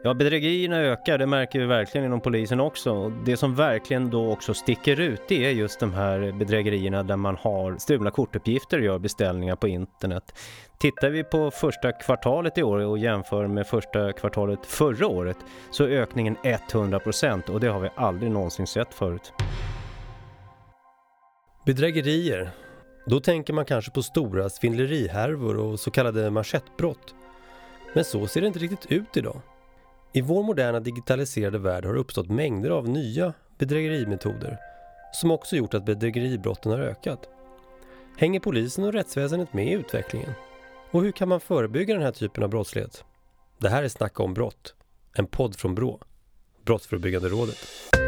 Ja, bedrägerierna ökar, det märker vi verkligen inom polisen också. Det som verkligen då också sticker ut, det är just de här bedrägerierna där man har stulna kortuppgifter och gör beställningar på internet. Tittar vi på första kvartalet i år och jämför med första kvartalet förra året, så är ökningen 100% och det har vi aldrig någonsin sett förut. Bedrägerier. Då tänker man kanske på stora svindlerihärvor och så kallade manschettbrott. Men så ser det inte riktigt ut idag. I vår moderna digitaliserade värld har uppstått mängder av nya bedrägerimetoder som också gjort att bedrägeribrotten har ökat. Hänger polisen och rättsväsendet med i utvecklingen? Och hur kan man förebygga den här typen av brottslighet? Det här är Snacka om brott, en podd från BRÅ, Brottsförebyggande rådet.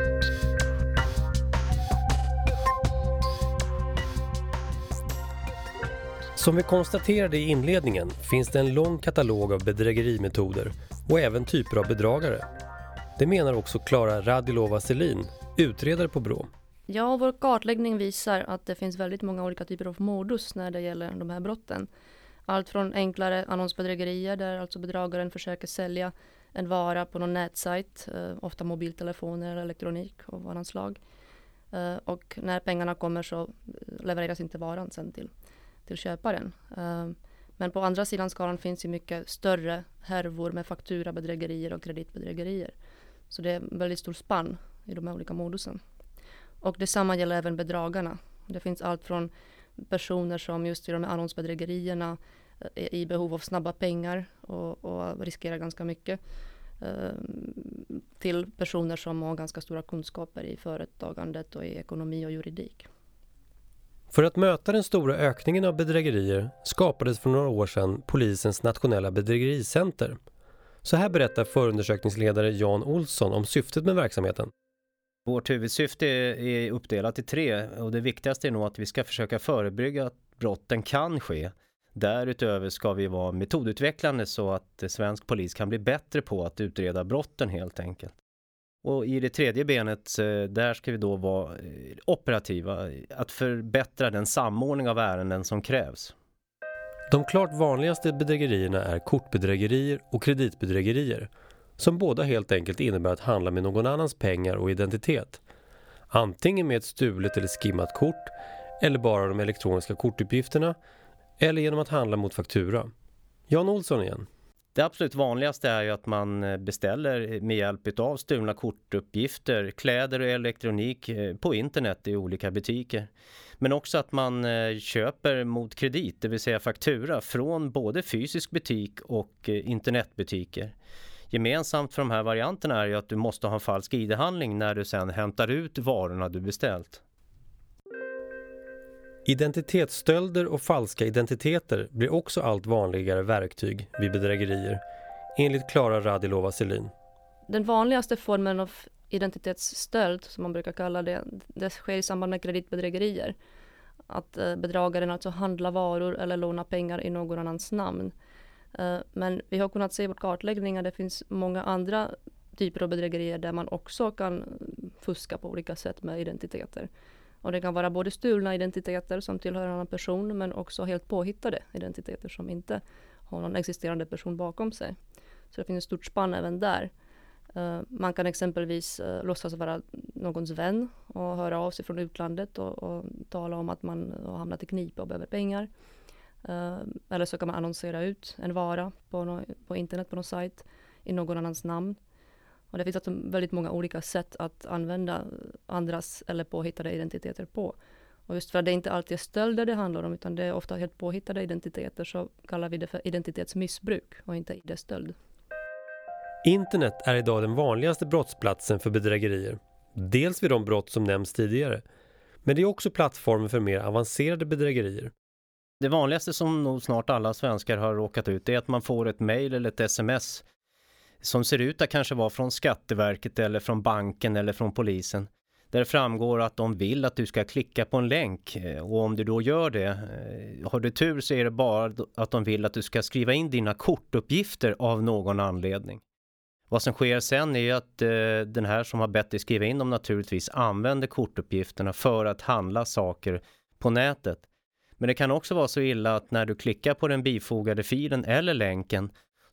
Som vi konstaterade i inledningen finns det en lång katalog av bedrägerimetoder och även typer av bedragare. Det menar också Klara Radilova-Selin, utredare på BRÅ. Ja, vår kartläggning visar att det finns väldigt många olika typer av modus när det gäller de här brotten. Allt från enklare annonsbedrägerier där alltså bedragaren försöker sälja en vara på någon nätsajt, ofta mobiltelefoner eller elektronik av annan slag. Och när pengarna kommer så levereras inte varan sen till köparen. Men på andra sidan skalan finns ju mycket större härvor med fakturabedrägerier och kreditbedrägerier. Så det är en väldigt stor spann i de här olika modusen. Och detsamma gäller även bedragarna. Det finns allt från personer som just i de här annonsbedrägerierna är i behov av snabba pengar och riskerar ganska mycket. Till personer som har ganska stora kunskaper i företagandet och i ekonomi och juridik. För att möta den stora ökningen av bedrägerier skapades för några år sedan polisens nationella bedrägericenter. Så här berättar förundersökningsledare Jan Olsson om syftet med verksamheten. Vårt huvudsyfte är uppdelat i 3 och det viktigaste är nog att vi ska försöka förebygga att brotten kan ske. Därutöver ska vi vara metodutvecklande så att svensk polis kan bli bättre på att utreda brotten helt enkelt. Och i det 3:e benet, där ska vi då vara operativa, att förbättra den samordning av ärenden som krävs. De klart vanligaste bedrägerierna är kortbedrägerier och kreditbedrägerier, som båda helt enkelt innebär att handla med någon annans pengar och identitet. Antingen med ett stulet eller skimmat kort, eller bara de elektroniska kortuppgifterna, eller genom att handla mot faktura. Jan Olsson igen. Det absolut vanligaste är ju att man beställer med hjälp av stulna kortuppgifter, kläder och elektronik på internet i olika butiker. Men också att man köper mot kredit, det vill säga faktura, från både fysisk butik och internetbutiker. Gemensamt för de här varianterna är ju att du måste ha en falsk ID-handling när du sedan hämtar ut varorna du beställt. Identitetsstölder och falska identiteter blir också allt vanligare verktyg vid bedrägerier, enligt Klara Radilova-Selin. Den vanligaste formen av identitetsstöld, som man brukar kalla det sker i samband med kreditbedrägerier. Att bedragaren alltså handlar varor eller lånar pengar i någon annans namn. Men vi har kunnat se i vår kartläggning att det finns många andra typer av bedrägerier där man också kan fuska på olika sätt med identiteter. Och det kan vara både stulna identiteter som tillhör en annan person, men också helt påhittade identiteter som inte har någon existerande person bakom sig. Så det finns ett stort spann även där. Man kan exempelvis låtsas vara någons vän och höra av sig från utlandet och tala om att man har hamnat i knipa och behöver pengar. Eller så kan man annonsera ut en vara på internet på någon sajt i någon annans namn. Och det finns alltså väldigt många olika sätt att använda andras eller påhittade identiteter på. Och just för att det inte alltid är stölder det handlar om, utan det är ofta helt påhittade identiteter, så kallar vi det för identitetsmissbruk och inte ID-stöld. Internet är idag den vanligaste brottsplatsen för bedrägerier. Dels vid de brott som nämns tidigare. Men det är också plattformen för mer avancerade bedrägerier. Det vanligaste som nog snart alla svenskar har råkat ut är att man får ett mejl eller ett sms som ser ut att kanske vara från Skatteverket eller från banken eller från polisen. Där det framgår att de vill att du ska klicka på en länk, och om du då gör det, har du tur så är det bara att de vill att du ska skriva in dina kortuppgifter av någon anledning. Vad som sker sen är att den här som har bett dig skriva in dem naturligtvis använder kortuppgifterna för att handla saker på nätet. Men det kan också vara så illa att när du klickar på den bifogade filen eller länken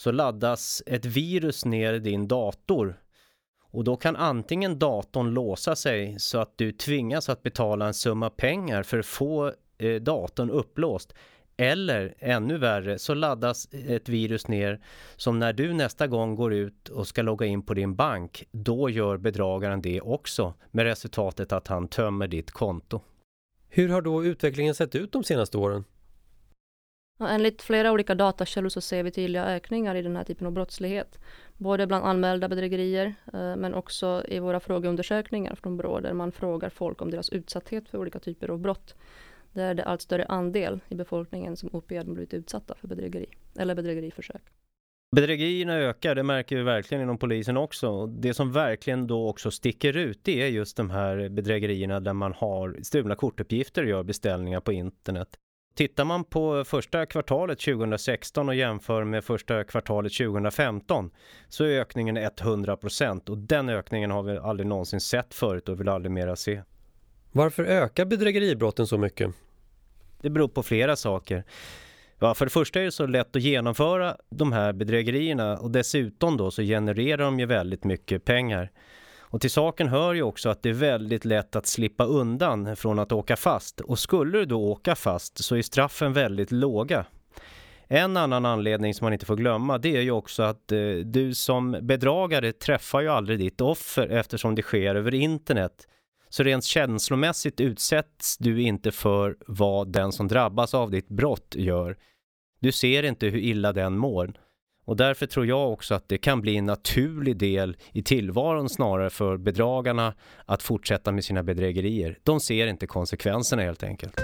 så laddas ett virus ner i din dator. Och då kan antingen datorn låsa sig så att du tvingas att betala en summa pengar för att få datorn upplåst. Eller ännu värre så laddas ett virus ner som när du nästa gång går ut och ska logga in på din bank, då gör bedragaren det också med resultatet att han tömmer ditt konto. Hur har då utvecklingen sett ut de senaste åren? Ja, enligt flera olika datakällor så ser vi tydliga ökningar i den här typen av brottslighet. Både bland anmälda bedrägerier men också i våra frågeundersökningar från Brå där man frågar folk om deras utsatthet för olika typer av brott. Där är det allt större andel i befolkningen som uppger att de blivit utsatta för bedrägeri eller bedrägeriförsök. Bedrägerierna ökar, det märker vi verkligen inom polisen också. Det som verkligen då också sticker ut, det är just de här bedrägerierna där man har stulna kortuppgifter och gör beställningar på internet. Tittar man på första kvartalet 2016 och jämför med första kvartalet 2015 så är ökningen 100% och den ökningen har vi aldrig någonsin sett förut och vill aldrig mera se. Varför ökar bedrägeribrotten så mycket? Det beror på flera saker. Ja, för det första är det så lätt att genomföra de här bedrägerierna och dessutom då så genererar de ju väldigt mycket pengar. Och till saken hör ju också att det är väldigt lätt att slippa undan från att åka fast. Och skulle du då åka fast så är straffen väldigt låga. En annan anledning som man inte får glömma, det är ju också att du som bedragare träffar ju aldrig ditt offer eftersom det sker över internet. Så rent känslomässigt utsätts du inte för vad den som drabbas av ditt brott gör. Du ser inte hur illa den mår. Och därför tror jag också att det kan bli en naturlig del i tillvaron snarare för bedragarna att fortsätta med sina bedrägerier. De ser inte konsekvenserna helt enkelt.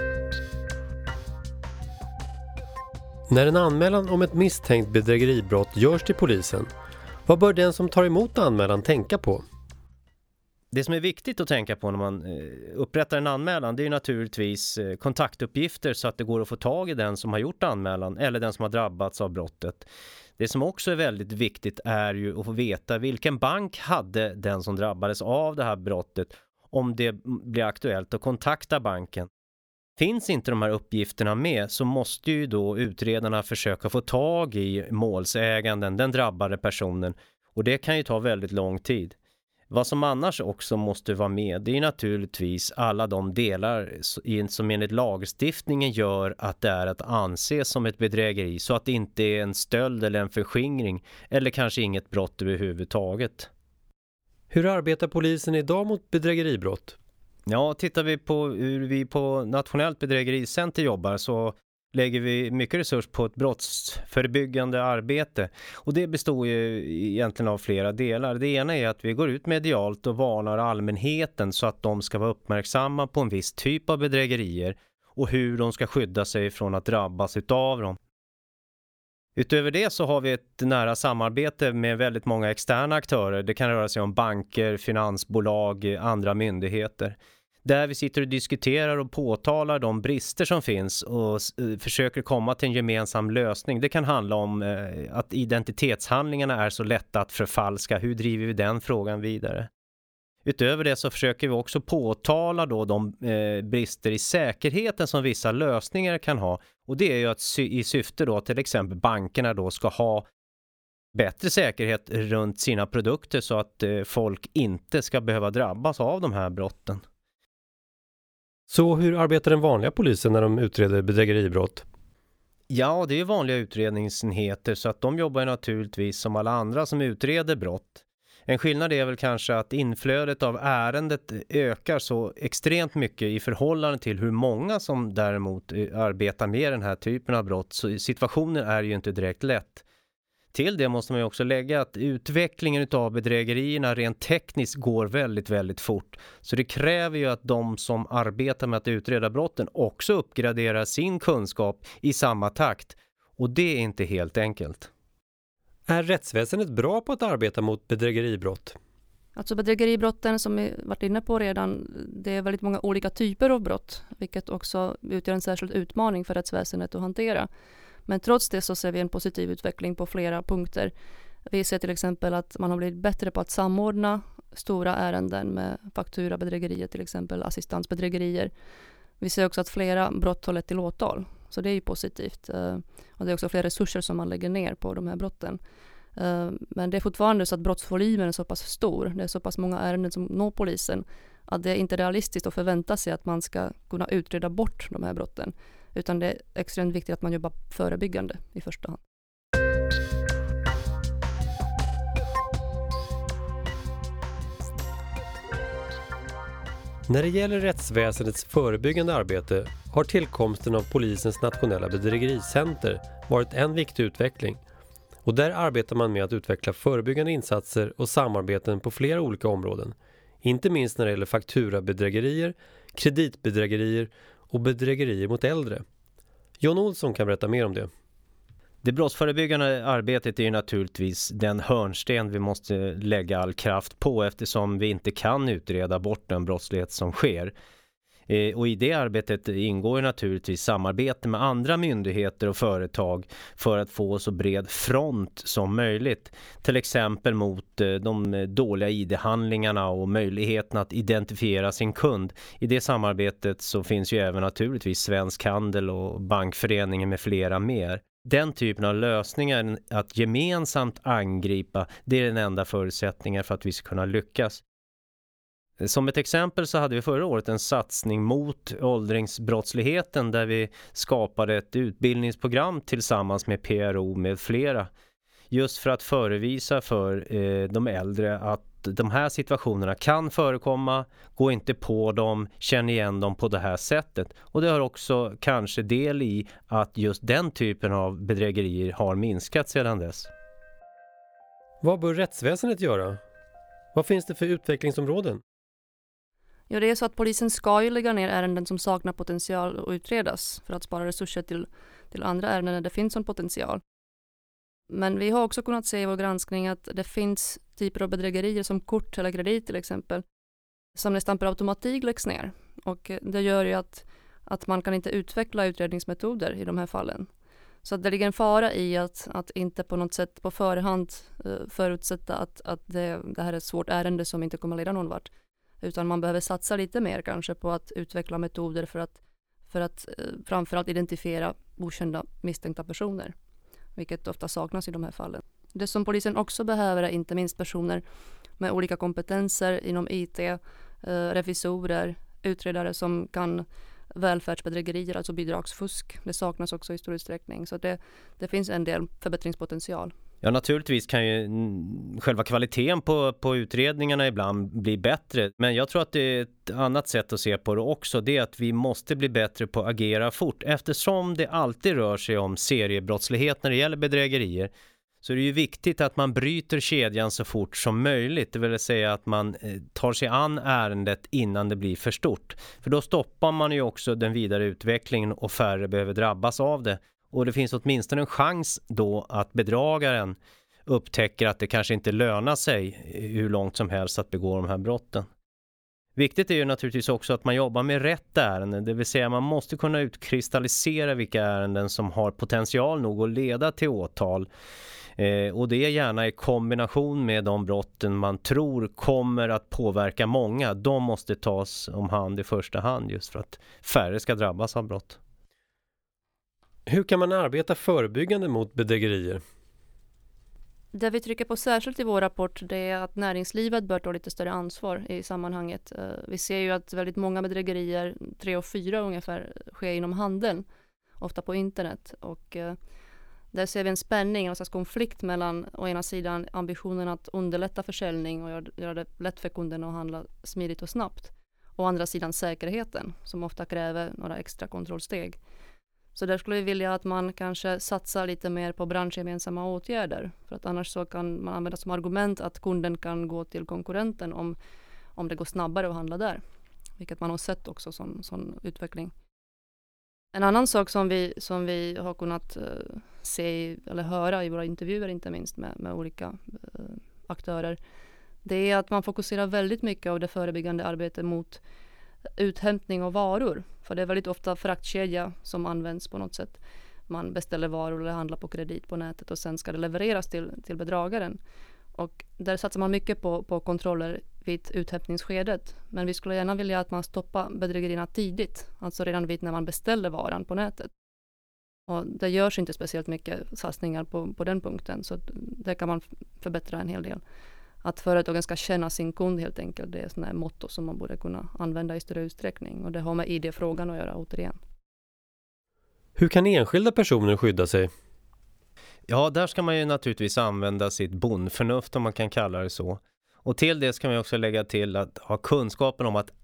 När en anmälan om ett misstänkt bedrägeribrott görs till polisen, vad bör den som tar emot anmälan tänka på? Det som är viktigt att tänka på när man upprättar en anmälan, det är naturligtvis kontaktuppgifter så att det går att få tag i den som har gjort anmälan eller den som har drabbats av brottet. Det som också är väldigt viktigt är ju att få veta vilken bank hade den som drabbades av det här brottet om det blir aktuellt att kontakta banken. Finns inte de här uppgifterna med så måste ju då utredarna försöka få tag i målsäganden, den drabbade personen, och det kan ju ta väldigt lång tid. Vad som annars också måste vara med, det är naturligtvis alla de delar som enligt lagstiftningen gör att det är att anses som ett bedrägeri, så att det inte är en stöld eller en förskingring eller kanske inget brott överhuvudtaget. Hur arbetar polisen idag mot bedrägeribrott? Ja, tittar vi på hur vi på Nationellt bedrägericenter jobbar så lägger vi mycket resurs på ett brottsförebyggande arbete. Och det består ju egentligen av flera delar. Det ena är att vi går ut medialt och varnar allmänheten så att de ska vara uppmärksamma på en viss typ av bedrägerier och hur de ska skydda sig från att drabbas utav dem. Utöver det så har vi ett nära samarbete med väldigt många externa aktörer. Det kan röra sig om banker, finansbolag, andra myndigheter. Där vi sitter och diskuterar och påtalar de brister som finns och försöker komma till en gemensam lösning. Det kan handla om att identitetshandlingarna är så lätta att förfalska. Hur driver vi den frågan vidare? Utöver det så försöker vi också påtala då de brister i säkerheten som vissa lösningar kan ha. Och det är ju att i syfte då till exempel bankerna då ska ha bättre säkerhet runt sina produkter så att folk inte ska behöva drabbas av de här brotten. Så hur arbetar den vanliga polisen när de utreder bedrägeribrott? Ja, det är vanliga utredningsenheter så att de jobbar naturligtvis som alla andra som utreder brott. En skillnad är väl kanske att inflödet av ärendet ökar så extremt mycket i förhållande till hur många som däremot arbetar med den här typen av brott. Så situationen är ju inte direkt lätt. Till det måste man ju också lägga att utvecklingen av bedrägerierna rent tekniskt går väldigt, väldigt fort. Så det kräver ju att de som arbetar med att utreda brotten också uppgraderar sin kunskap i samma takt. Och det är inte helt enkelt. Är rättsväsendet bra på att arbeta mot bedrägeribrott? Alltså bedrägeribrotten som vi varit inne på redan, det är väldigt många olika typer av brott, vilket också utgör en särskild utmaning för rättsväsendet att hantera. Men trots det så ser vi en positiv utveckling på flera punkter. Vi ser till exempel att man har blivit bättre på att samordna stora ärenden med fakturabedrägerier, till exempel assistansbedrägerier. Vi ser också att flera brott har lett till åtal. Så det är ju positivt. Och det är också fler resurser som man lägger ner på de här brotten. Men det är fortfarande så att brottsvolymen är så pass stor. Det är så pass många ärenden som når polisen att det är inte realistiskt att förvänta sig att man ska kunna utreda bort de här brotten. Utan det är extremt viktigt att man jobbar förebyggande i första hand. När det gäller rättsväsendets förebyggande arbete har tillkomsten av polisens nationella bedrägericenter varit en viktig utveckling. Och där arbetar man med att utveckla förebyggande insatser och samarbeten på flera olika områden. Inte minst när det gäller fakturabedrägerier, kreditbedrägerier och bedrägerier mot äldre. John Olsson kan berätta mer om det. Det brottsförebyggande arbetet är ju naturligtvis den hörnsten vi måste lägga all kraft på eftersom vi inte kan utreda bort den brottslighet som sker. Och i det arbetet ingår ju naturligtvis samarbete med andra myndigheter och företag för att få så bred front som möjligt. Till exempel mot de dåliga ID-handlingarna och möjligheten att identifiera sin kund. I det samarbetet så finns ju även naturligtvis Svensk Handel och Bankföreningen med flera mer. Den typen av lösningar att gemensamt angripa, det är den enda förutsättningen för att vi ska kunna lyckas. Som ett exempel så hade vi förra året en satsning mot åldringsbrottsligheten där vi skapade ett utbildningsprogram tillsammans med PRO med flera. Just för att förevisa för de äldre att de här situationerna kan förekomma, gå inte på dem, känn igen dem på det här sättet. Och det har också kanske del i att just den typen av bedrägerier har minskat sedan dess. Vad bör rättsväsendet göra? Vad finns det för utvecklingsområden? Ja, det är så att polisen ska ju lägga ner ärenden som saknar potential att utredas för att spara resurser till andra ärenden där det finns en potential. Men vi har också kunnat se i vår granskning att det finns typer av bedrägerier som kort eller kredit till exempel som nästan per automatik läggs ner. Och det gör ju att man kan inte utveckla utredningsmetoder i de här fallen. Så att det ligger en fara i att inte på något sätt på förhand förutsätta att det här är ett svårt ärende som inte kommer att leda någon vart. Utan man behöver satsa lite mer kanske på att utveckla metoder för att framförallt identifiera okända misstänkta personer. Vilket ofta saknas i de här fallen. Det som polisen också behöver är inte minst personer med olika kompetenser inom IT, revisorer, utredare som kan välfärdsbedrägerier, alltså bidragsfusk. Det saknas också i stor utsträckning. Så det finns en del förbättringspotential. Ja, naturligtvis kan ju själva kvaliteten på utredningarna ibland bli bättre. Men jag tror att det är ett annat sätt att se på det också. Det är att vi måste bli bättre på att agera fort. Eftersom det alltid rör sig om seriebrottslighet när det gäller bedrägerier så är det ju viktigt att man bryter kedjan så fort som möjligt. Det vill säga att man tar sig an ärendet innan det blir för stort. För då stoppar man ju också den vidare utvecklingen och färre behöver drabbas av det. Och det finns åtminstone en chans då att bedragaren upptäcker att det kanske inte lönar sig hur långt som helst att begå de här brotten. Viktigt är ju naturligtvis också att man jobbar med rätt ärenden. Det vill säga man måste kunna utkristallisera vilka ärenden som har potential nog att leda till åtal. Och det är gärna i kombination med de brotten man tror kommer att påverka många. De måste tas om hand i första hand just för att färre ska drabbas av brott. Hur kan man arbeta förebyggande mot bedrägerier? Det vi trycker på särskilt i vår rapport det är att näringslivet bör ta lite större ansvar i sammanhanget. Vi ser ju att väldigt många bedrägerier, 3 och 4 ungefär, sker inom handeln, ofta på internet. Och där ser vi en spänning, en slags konflikt mellan å ena sidan ambitionen att underlätta försäljning och göra det lätt för kunden att handla smidigt och snabbt. Och å andra sidan säkerheten som ofta kräver några extra kontrollsteg. Så där skulle vi vilja att man kanske satsar lite mer på branschgemensamma åtgärder. För att annars så kan man använda som argument att kunden kan gå till konkurrenten om det går snabbare att handla där. Vilket man har sett också sån utveckling. En annan sak som vi har kunnat se eller höra i våra intervjuer inte minst med olika aktörer. Det är att man fokuserar väldigt mycket av det förebyggande arbetet mot uthämtning av varor. För det är väldigt ofta fraktkedja som används på något sätt. Man beställer varor eller handlar på kredit på nätet och sen ska det levereras till bedragaren. Och där satsar man mycket på kontroller vid uthämtningsskedet. Men vi skulle gärna vilja att man stoppar bedrägerierna tidigt. Alltså redan vid när man beställer varan på nätet. Och det görs inte speciellt mycket satsningar på den punkten, så det kan man förbättra en hel del. Att företagen ska känna sin kund helt enkelt, det är sådana här motto som man borde kunna använda i större utsträckning, och det har med ID-frågan att göra återigen. Hur kan enskilda personer skydda sig? Ja, där ska man ju naturligtvis använda sitt bondförnuft, om man kan kalla det så. Och till det ska man också lägga till att ha kunskapen om att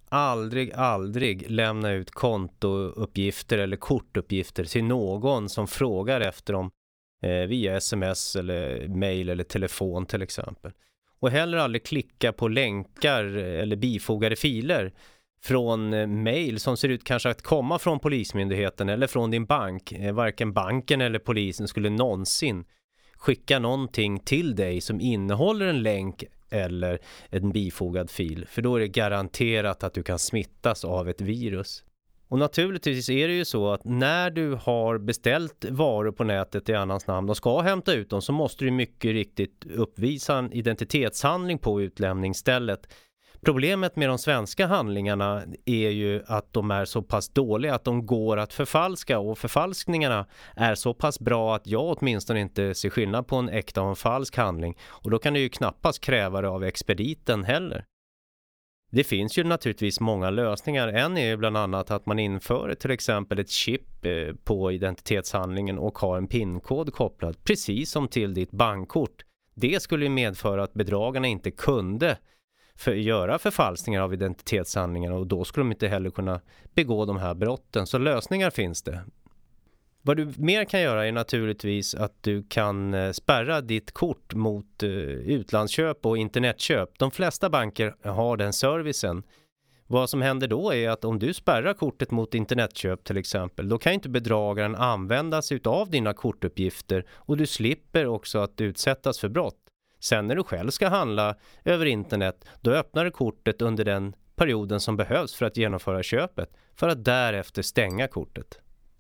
aldrig lämna ut kontouppgifter eller kortuppgifter till någon som frågar efter dem via sms eller mail eller telefon till exempel. Och heller aldrig klicka på länkar eller bifogade filer från mail som ser ut kanske att komma från polismyndigheten eller från din bank. Varken banken eller polisen skulle någonsin skicka någonting till dig som innehåller en länk eller en bifogad fil. För då är det garanterat att du kan smittas av ett virus. Och naturligtvis är det ju så att när du har beställt varor på nätet i annans namn och ska hämta ut dem, så måste du mycket riktigt uppvisa en identitetshandling på utlämningsstället. Problemet med de svenska handlingarna är ju att de är så pass dåliga att de går att förfalska, och förfalskningarna är så pass bra att jag åtminstone inte ser skillnad på en äkta och en falsk handling, och då kan du ju knappast kräva det av expediten heller. Det finns ju naturligtvis många lösningar. En är ju bland annat att man inför till exempel ett chip på identitetshandlingen och har en PIN-kod kopplad, precis som till ditt bankkort. Det skulle ju medföra att bedragarna inte kunde göra förfalskningar av identitetshandlingarna, och då skulle de inte heller kunna begå de här brotten. Så lösningar finns det. Vad du mer kan göra är naturligtvis att du kan spärra ditt kort mot utlandsköp och internetköp. De flesta banker har den servicen. Vad som händer då är att om du spärrar kortet mot internetköp till exempel, då kan inte bedragaren användas utav dina kortuppgifter, och du slipper också att utsättas för brott. Sen när du själv ska handla över internet, då öppnar du kortet under den perioden som behövs för att genomföra köpet, för att därefter stänga kortet.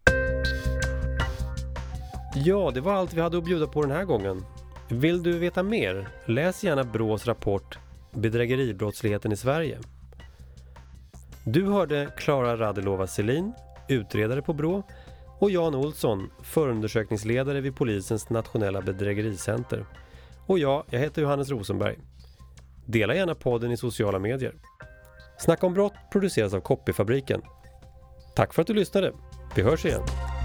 Ja, det var allt vi hade att bjuda på den här gången. Vill du veta mer? Läs gärna BRÅs rapport Bedrägeribrottsligheten i Sverige. Du hörde Klara Radilova Selin, utredare på BRÅ, och Jan Olsson, förundersökningsledare vid polisens nationella bedrägericenter. Och jag heter Johannes Rosenberg. Dela gärna podden i sociala medier. Snacka om brott produceras av Copyfabriken. Tack för att du lyssnade. Vi hörs igen.